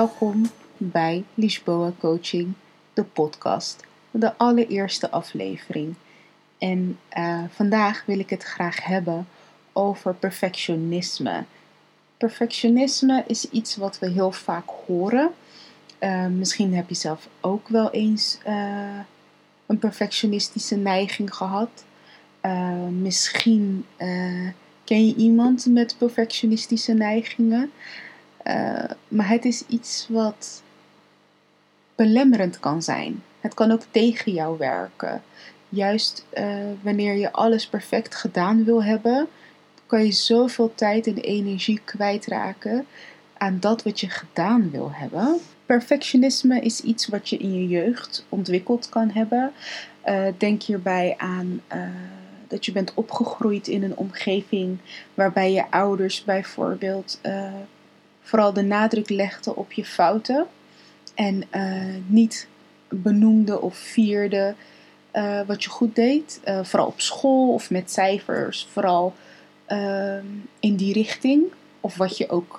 Welkom bij Lisboa Coaching, de podcast, de allereerste aflevering. En vandaag wil ik het graag hebben over perfectionisme. Perfectionisme is iets wat we heel vaak horen. Misschien heb je zelf ook wel eens een perfectionistische neiging gehad. Misschien ken je iemand met perfectionistische neigingen. Maar het is iets wat belemmerend kan zijn. Het kan ook tegen jou werken. Juist wanneer je alles perfect gedaan wil hebben, kan je zoveel tijd en energie kwijtraken aan dat wat je gedaan wil hebben. Perfectionisme is iets wat je in je jeugd ontwikkeld kan hebben. Denk hierbij aan dat je bent opgegroeid in een omgeving waarbij je ouders bijvoorbeeld vooral de nadruk legden op je fouten en niet benoemde of vierde wat je goed deed. Vooral op school of met cijfers, vooral in die richting. Of wat je ook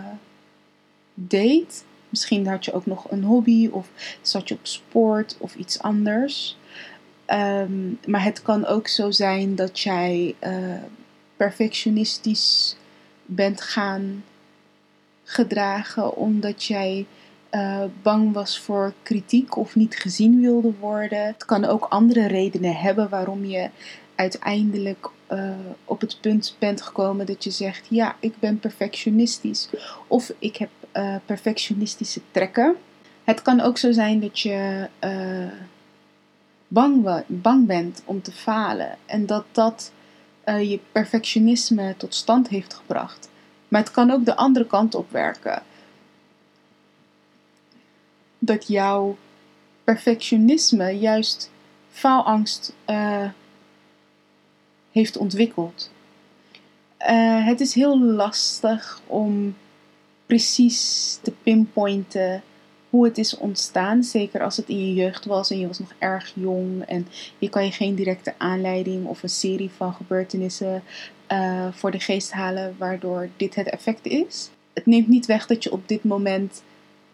deed. Misschien had je ook nog een hobby of zat je op sport of iets anders. Maar het kan ook zo zijn dat jij perfectionistisch bent gaan gedragen omdat jij bang was voor kritiek of niet gezien wilde worden. Het kan ook andere redenen hebben waarom je uiteindelijk op het punt bent gekomen dat je zegt, ja, ik ben perfectionistisch of ik heb perfectionistische trekken. Het kan ook zo zijn dat je bang bent om te falen en dat je perfectionisme tot stand heeft gebracht. Maar het kan ook de andere kant op werken. Dat jouw perfectionisme juist faalangst heeft ontwikkeld. Het is heel lastig om precies te pinpointen hoe het is ontstaan. Zeker als het in je jeugd was en je was nog erg jong. En je kan je geen directe aanleiding of een serie van gebeurtenissen voor de geest halen waardoor dit het effect is. Het neemt niet weg dat je op dit moment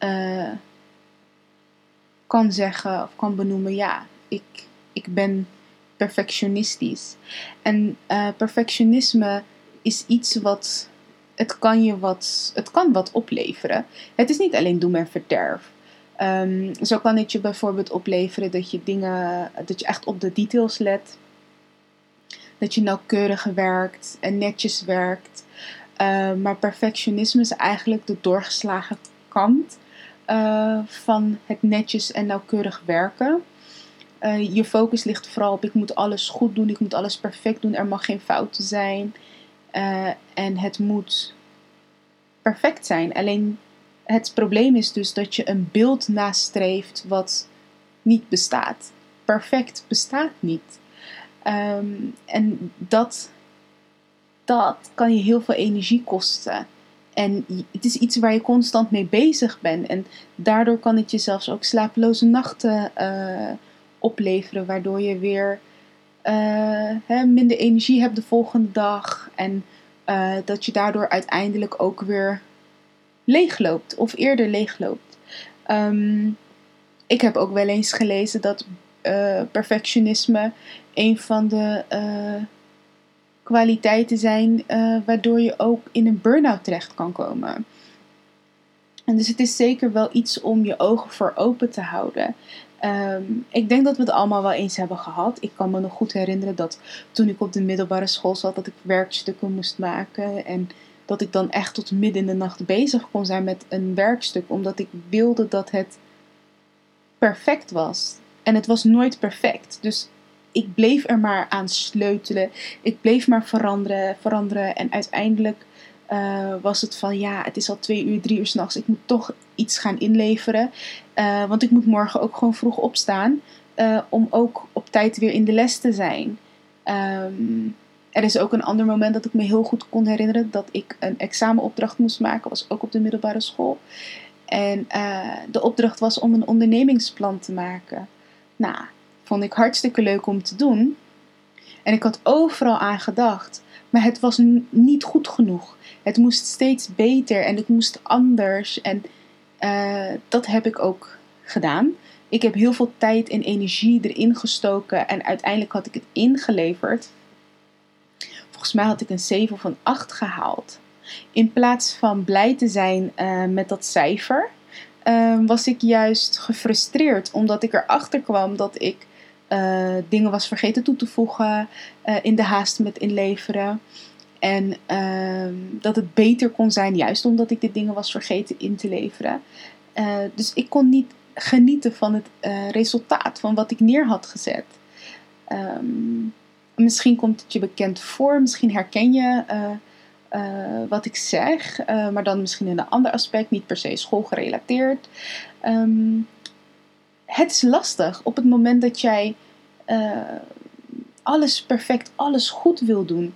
kan zeggen of kan benoemen, ja, ik ben perfectionistisch. En perfectionisme is iets wat, het kan wat opleveren. Het is niet alleen doem en verderf. Zo kan het je bijvoorbeeld opleveren dat je echt op de details let. Dat je nauwkeurig werkt en netjes werkt. Maar perfectionisme is eigenlijk de doorgeslagen kant van het netjes en nauwkeurig werken. Je focus ligt vooral op, ik moet alles goed doen, ik moet alles perfect doen, er mag geen fouten zijn. En het moet perfect zijn. Alleen het probleem is dus dat je een beeld nastreeft wat niet bestaat. Perfect bestaat niet. En dat kan je heel veel energie kosten. En het is iets waar je constant mee bezig bent. En daardoor kan het je zelfs ook slapeloze nachten opleveren. Waardoor je weer minder energie hebt de volgende dag. En dat je daardoor uiteindelijk ook weer leegloopt. Of eerder leegloopt. Ik heb ook wel eens gelezen dat perfectionisme een van de kwaliteiten zijn waardoor je ook in een burn-out terecht kan komen. En dus het is zeker wel iets om je ogen voor open te houden. Ik denk dat we het allemaal wel eens hebben gehad. Ik kan me nog goed herinneren dat toen ik op de middelbare school zat, dat ik werkstukken moest maken. En dat ik dan echt tot midden in de nacht bezig kon zijn met een werkstuk. Omdat ik wilde dat het perfect was. En het was nooit perfect. Dus ik bleef er maar aan sleutelen. Ik bleef maar veranderen. En uiteindelijk was het van, ja, het is al 2 uur, 3 uur 's nachts. Ik moet toch iets gaan inleveren. Want ik moet morgen ook gewoon vroeg opstaan. Om ook op tijd weer in de les te zijn. Er is ook een ander moment dat ik me heel goed kon herinneren. Dat ik een examenopdracht moest maken. Was ook op de middelbare school. En de opdracht was om een ondernemingsplan te maken. Nou, vond ik hartstikke leuk om te doen. En ik had overal aan gedacht. Maar het was niet goed genoeg. Het moest steeds beter en het moest anders. En Dat heb ik ook gedaan. Ik heb heel veel tijd en energie erin gestoken en uiteindelijk had ik het ingeleverd. Volgens mij had ik een 7 of een 8 gehaald. In plaats van blij te zijn met dat cijfer, was ik juist gefrustreerd. Omdat ik erachter kwam dat ik dingen was vergeten toe te voegen in de haast met inleveren. En dat het beter kon zijn, juist omdat ik de dingen was vergeten in te leveren. Dus ik kon niet genieten van het resultaat van wat ik neer had gezet. Misschien komt het je bekend voor, misschien herken je wat ik zeg, maar dan misschien in een ander aspect, niet per se schoolgerelateerd. Het is lastig op het moment dat jij alles perfect, alles goed wil doen.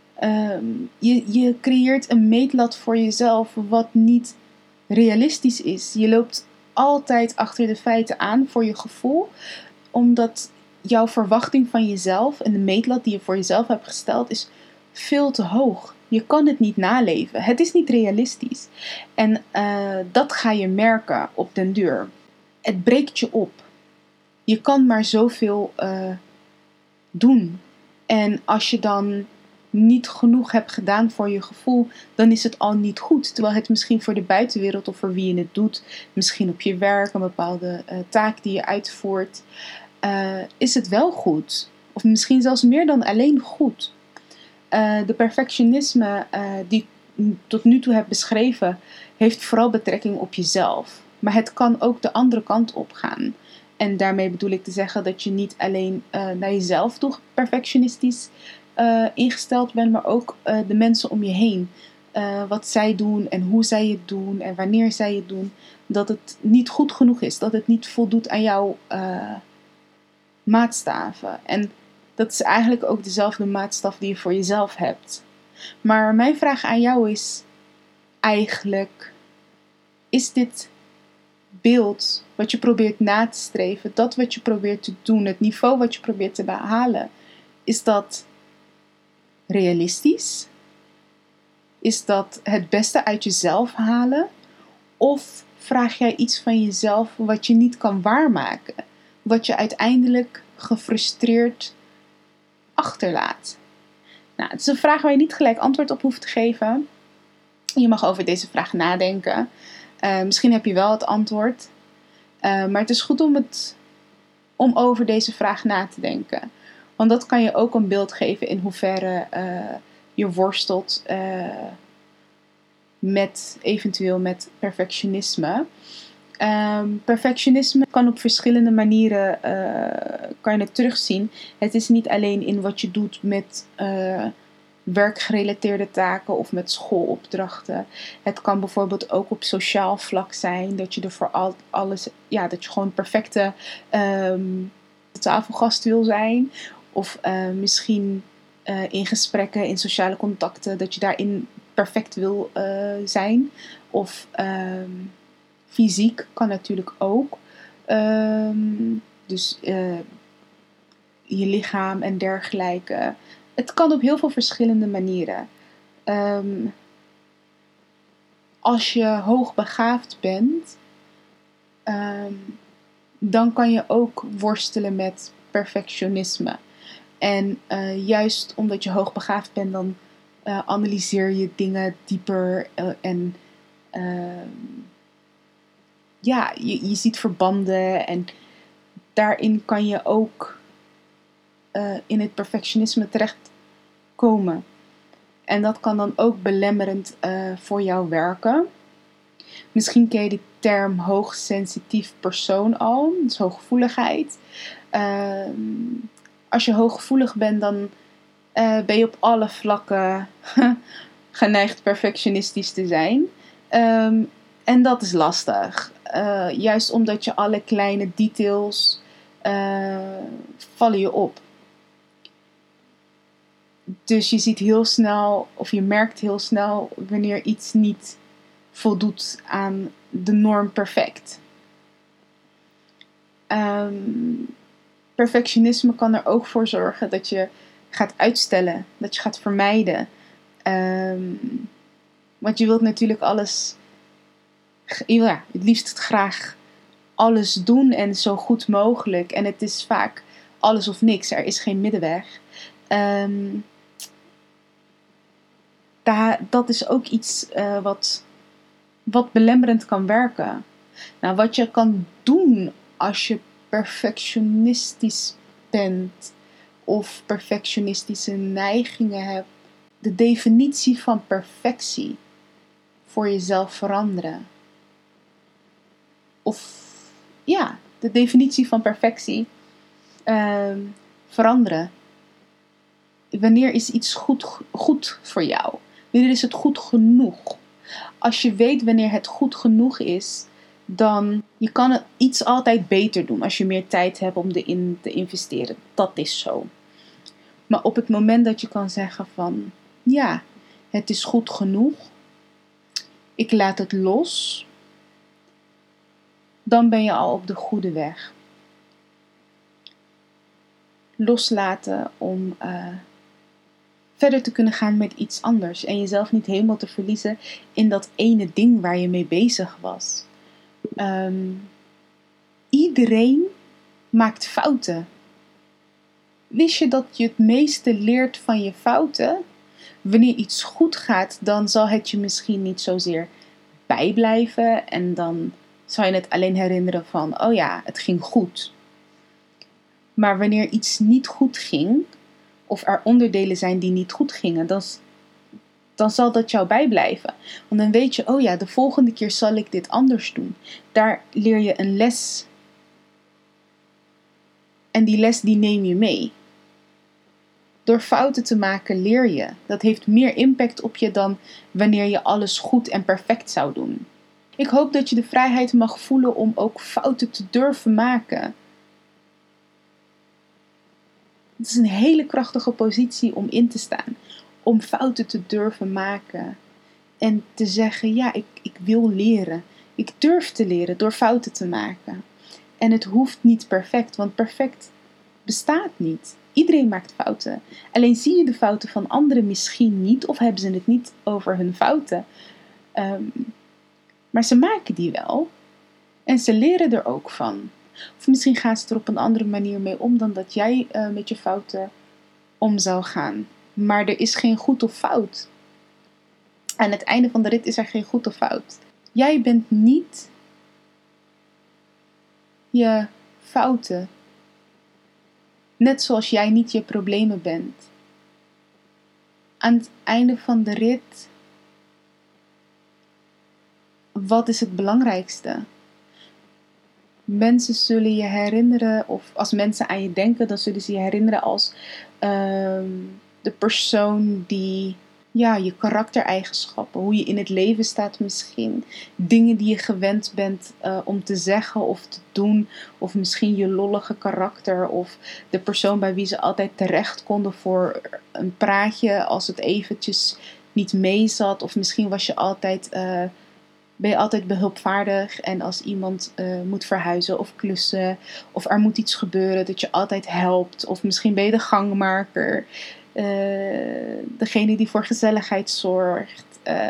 Je creëert een meetlat voor jezelf wat niet realistisch is. Je loopt altijd achter de feiten aan voor je gevoel, omdat jouw verwachting van jezelf en de meetlat die je voor jezelf hebt gesteld is veel te hoog. Je kan het niet naleven. Het is niet realistisch. En dat ga je merken op den duur. Het breekt je op. Je kan maar zoveel doen. En als je dan niet genoeg hebt gedaan voor je gevoel, dan is het al niet goed. Terwijl het misschien voor de buitenwereld of voor wie je het doet, misschien op je werk, een bepaalde taak die je uitvoert, is het wel goed. Of misschien zelfs meer dan alleen goed. De perfectionisme die ik tot nu toe heb beschreven, heeft vooral betrekking op jezelf. Maar het kan ook de andere kant op gaan. En daarmee bedoel ik te zeggen dat je niet alleen naar jezelf toe perfectionistisch ingesteld bent, maar ook de mensen om je heen. Wat zij doen en hoe zij het doen en wanneer zij het doen. Dat het niet goed genoeg is. Dat het niet voldoet aan jouw maatstaven. En dat is eigenlijk ook dezelfde maatstaf die je voor jezelf hebt. Maar mijn vraag aan jou is eigenlijk, is dit beeld wat je probeert na te streven, dat wat je probeert te doen, het niveau wat je probeert te behalen, is dat realistisch? Is dat het beste uit jezelf halen? Of vraag jij iets van jezelf wat je niet kan waarmaken? Wat je uiteindelijk gefrustreerd achterlaat? Nou, het is een vraag waar je niet gelijk antwoord op hoeft te geven. Je mag over deze vraag nadenken. Misschien heb je wel het antwoord. Maar het is goed om over deze vraag na te denken. Want dat kan je ook een beeld geven in hoeverre je worstelt eventueel met perfectionisme. Perfectionisme kan op verschillende manieren kan je het terugzien. Het is niet alleen in wat je doet met werkgerelateerde taken of met schoolopdrachten. Het kan bijvoorbeeld ook op sociaal vlak zijn, dat je er voor alles, dat je gewoon een perfecte tafelgast wil zijn. Of misschien in gesprekken, in sociale contacten, dat je daarin perfect wil zijn. Of fysiek kan natuurlijk ook. Dus je lichaam en dergelijke. Het kan op heel veel verschillende manieren. Als je hoogbegaafd bent, dan kan je ook worstelen met perfectionisme. En juist omdat je hoogbegaafd bent, dan analyseer je dingen dieper en je ziet verbanden en daarin kan je ook in het perfectionisme terechtkomen. En dat kan dan ook belemmerend voor jou werken. Misschien ken je de term hoogsensitief persoon al, dus hooggevoeligheid. Als je hooggevoelig bent, dan ben je op alle vlakken geneigd perfectionistisch te zijn. En dat is lastig. Juist omdat je alle kleine details vallen je op. Dus je ziet heel snel, of je merkt heel snel wanneer iets niet voldoet aan de norm perfect. Perfectionisme kan er ook voor zorgen dat je gaat uitstellen, dat je gaat vermijden. Want je wilt natuurlijk alles ja, het liefst graag alles doen en zo goed mogelijk. En het is vaak alles of niks. Er is geen middenweg. Dat is ook iets wat belemmerend kan werken. Nou, wat je kan doen als je perfectionistisch bent of perfectionistische neigingen hebt, de definitie van perfectie voor jezelf veranderen. Of ja, de definitie van perfectie veranderen. Wanneer is iets goed voor jou? Wanneer is het goed genoeg? Als je weet wanneer het goed genoeg is, dan je kan het iets altijd beter doen als je meer tijd hebt om erin te investeren. Dat is zo. Maar op het moment dat je kan zeggen van, ja, het is goed genoeg, ik laat het los, dan ben je al op de goede weg. Loslaten om verder te kunnen gaan met iets anders. En jezelf niet helemaal te verliezen in dat ene ding waar je mee bezig was. Iedereen maakt fouten. Wist je dat je het meeste leert van je fouten? Wanneer iets goed gaat, dan zal het je misschien niet zozeer bijblijven. En dan zal je het alleen herinneren van, oh ja, het ging goed. Maar wanneer iets niet goed ging, of er onderdelen zijn die niet goed gingen, dan zal dat jou bijblijven. Want dan weet je, oh ja, de volgende keer zal ik dit anders doen. Daar leer je een les. En die les die neem je mee. Door fouten te maken leer je. Dat heeft meer impact op je dan wanneer je alles goed en perfect zou doen. Ik hoop dat je de vrijheid mag voelen om ook fouten te durven maken. Het is een hele krachtige positie om in te staan. Om fouten te durven maken. En te zeggen, ja, ik wil leren. Ik durf te leren door fouten te maken. En het hoeft niet perfect, want perfect bestaat niet. Iedereen maakt fouten. Alleen zie je de fouten van anderen misschien niet, of hebben ze het niet over hun fouten. Maar ze maken die wel. En ze leren er ook van. Of misschien gaan ze er op een andere manier mee om dan dat jij met je fouten om zou gaan. Maar er is geen goed of fout. Aan het einde van de rit is er geen goed of fout. Jij bent niet je fouten. Net zoals jij niet je problemen bent. Aan het einde van de rit, wat is het belangrijkste? Mensen zullen je herinneren, of als mensen aan je denken, dan zullen ze je herinneren als de persoon die, ja, je karaktereigenschappen, hoe je in het leven staat misschien, dingen die je gewend bent om te zeggen of te doen, of misschien je lollige karakter, of de persoon bij wie ze altijd terecht konden voor een praatje als het eventjes niet mee zat, of misschien ben je altijd behulpvaardig en als iemand moet verhuizen of klussen of er moet iets gebeuren dat je altijd helpt, of misschien ben je de gangmaker, degene die voor gezelligheid zorgt.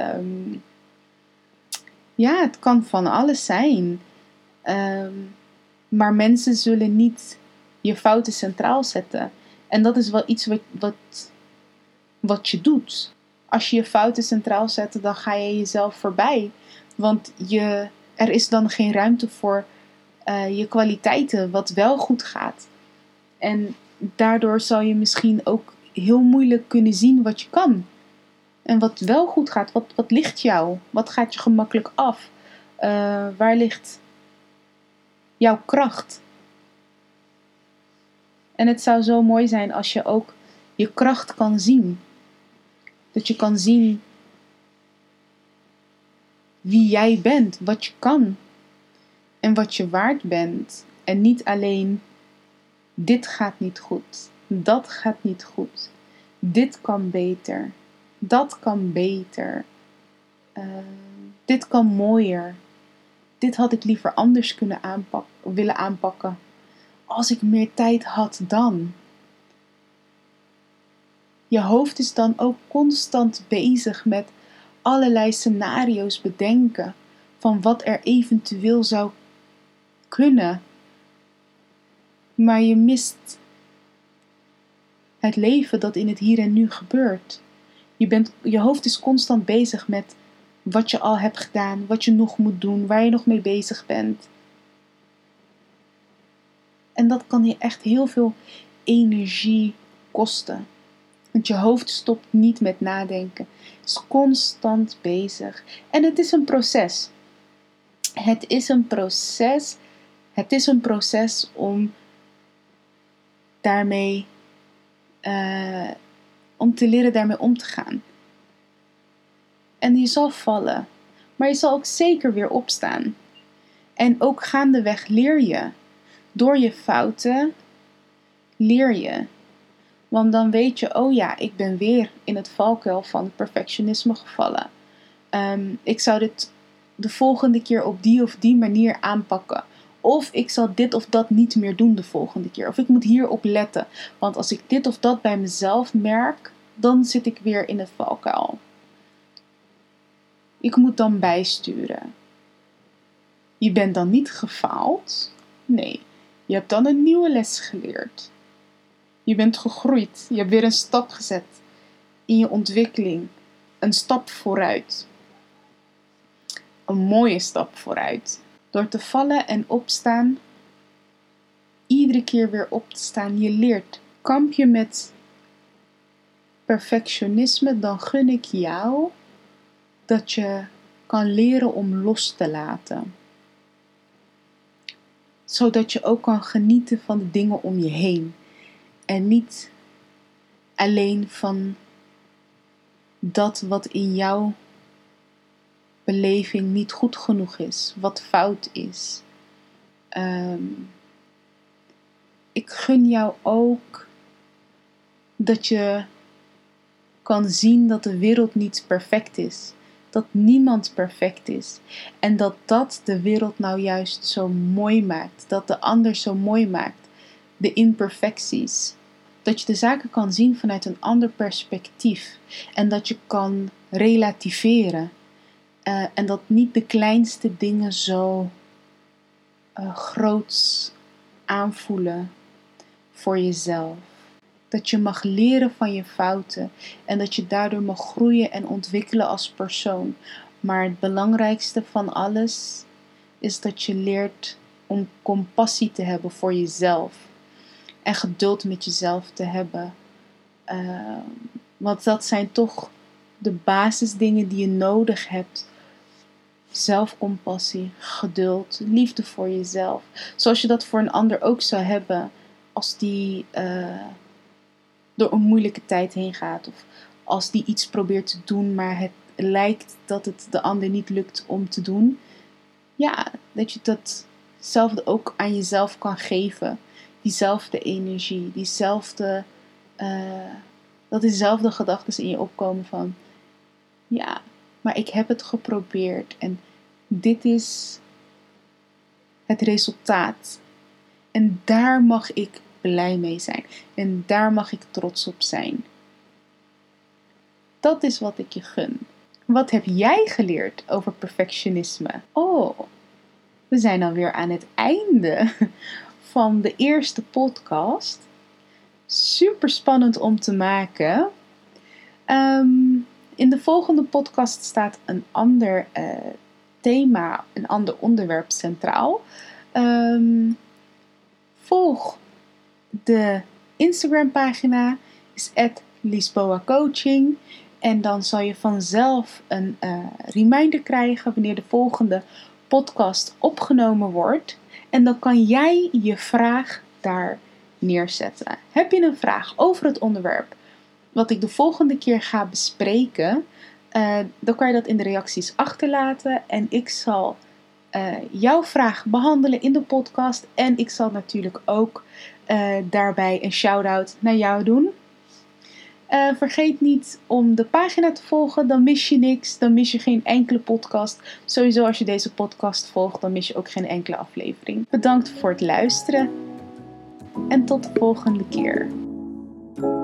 Ja, het kan van alles zijn. Maar mensen zullen niet je fouten centraal zetten. En dat is wel iets wat je doet. Als je je fouten centraal zet, dan ga je jezelf voorbij. Want er is dan geen ruimte voor je kwaliteiten, wat wel goed gaat. En daardoor zal je misschien ook heel moeilijk kunnen zien wat je kan. En wat wel goed gaat, wat ligt jou? Wat gaat je gemakkelijk af? Waar ligt jouw kracht? En het zou zo mooi zijn als je ook je kracht kan zien. Dat je kan zien wie jij bent, wat je kan en wat je waard bent. En niet alleen, dit gaat niet goed, dat gaat niet goed, dit kan beter, dat kan beter, dit kan mooier, dit had ik liever anders willen aanpakken. Als ik meer tijd had dan. Je hoofd is dan ook constant bezig met allerlei scenario's bedenken. van wat er eventueel zou kunnen. Maar je mist het leven dat in het hier en nu gebeurt. Je hoofd is constant bezig met wat je al hebt gedaan, wat je nog moet doen, waar je nog mee bezig bent. En dat kan je echt heel veel energie kosten. Want je hoofd stopt niet met nadenken. Het is constant bezig. En het is een proces. Het is een proces om daarmee, om te leren daarmee om te gaan. En je zal vallen. Maar je zal ook zeker weer opstaan. En ook gaandeweg leer je. Door je fouten leer je. Want dan weet je, oh ja, ik ben weer in het valkuil van perfectionisme gevallen. Ik zou dit de volgende keer op die of die manier aanpakken. Of ik zal dit of dat niet meer doen de volgende keer. Of ik moet hierop letten. Want als ik dit of dat bij mezelf merk, dan zit ik weer in het valkuil. Ik moet dan bijsturen. Je bent dan niet gefaald. Nee, je hebt dan een nieuwe les geleerd. Je bent gegroeid. Je hebt weer een stap gezet in je ontwikkeling. Een stap vooruit. Een mooie stap vooruit. Door te vallen en opstaan. Iedere keer weer op te staan. Je leert. Kamp je met perfectionisme, dan gun ik jou dat je kan leren om los te laten. Zodat je ook kan genieten van de dingen om je heen. En niet alleen van dat wat in jouw beleving niet goed genoeg is. Wat fout is. Ik gun jou ook dat je kan zien dat de wereld niet perfect is. Dat niemand perfect is. En dat de wereld nou juist zo mooi maakt. Dat de ander zo mooi maakt. De imperfecties. Dat je de zaken kan zien vanuit een ander perspectief. En dat je kan relativeren. En dat niet de kleinste dingen zo groots aanvoelen voor jezelf. Dat je mag leren van je fouten. En dat je daardoor mag groeien en ontwikkelen als persoon. Maar het belangrijkste van alles is dat je leert om compassie te hebben voor jezelf. En geduld met jezelf te hebben. Want dat zijn toch de basisdingen die je nodig hebt. Zelfcompassie, geduld, liefde voor jezelf. Zoals je dat voor een ander ook zou hebben als die door een moeilijke tijd heen gaat. Of als die iets probeert te doen, maar het lijkt dat het de ander niet lukt om te doen. Ja, dat je datzelfde ook aan jezelf kan geven. Diezelfde energie, dat dezelfde gedachten in je opkomen van, ja, maar ik heb het geprobeerd en dit is het resultaat. En daar mag ik blij mee zijn. En daar mag ik trots op zijn. Dat is wat ik je gun. Wat heb jij geleerd over perfectionisme? Oh, we zijn alweer aan het einde van de eerste podcast. Super spannend om te maken. In de volgende podcast staat een ander thema, een ander onderwerp centraal. Volg de Instagram pagina, is @lisboacoaching. En dan zal je vanzelf een reminder krijgen wanneer de volgende podcast opgenomen wordt. En dan kan jij je vraag daar neerzetten. Heb je een vraag over het onderwerp wat ik de volgende keer ga bespreken, dan kan je dat in de reacties achterlaten. En ik zal jouw vraag behandelen in de podcast. En ik zal natuurlijk ook daarbij een shout-out naar jou doen. Vergeet niet om de pagina te volgen, dan mis je niks. Dan mis je geen enkele podcast. Sowieso als je deze podcast volgt, dan mis je ook geen enkele aflevering. Bedankt voor het luisteren. En tot de volgende keer.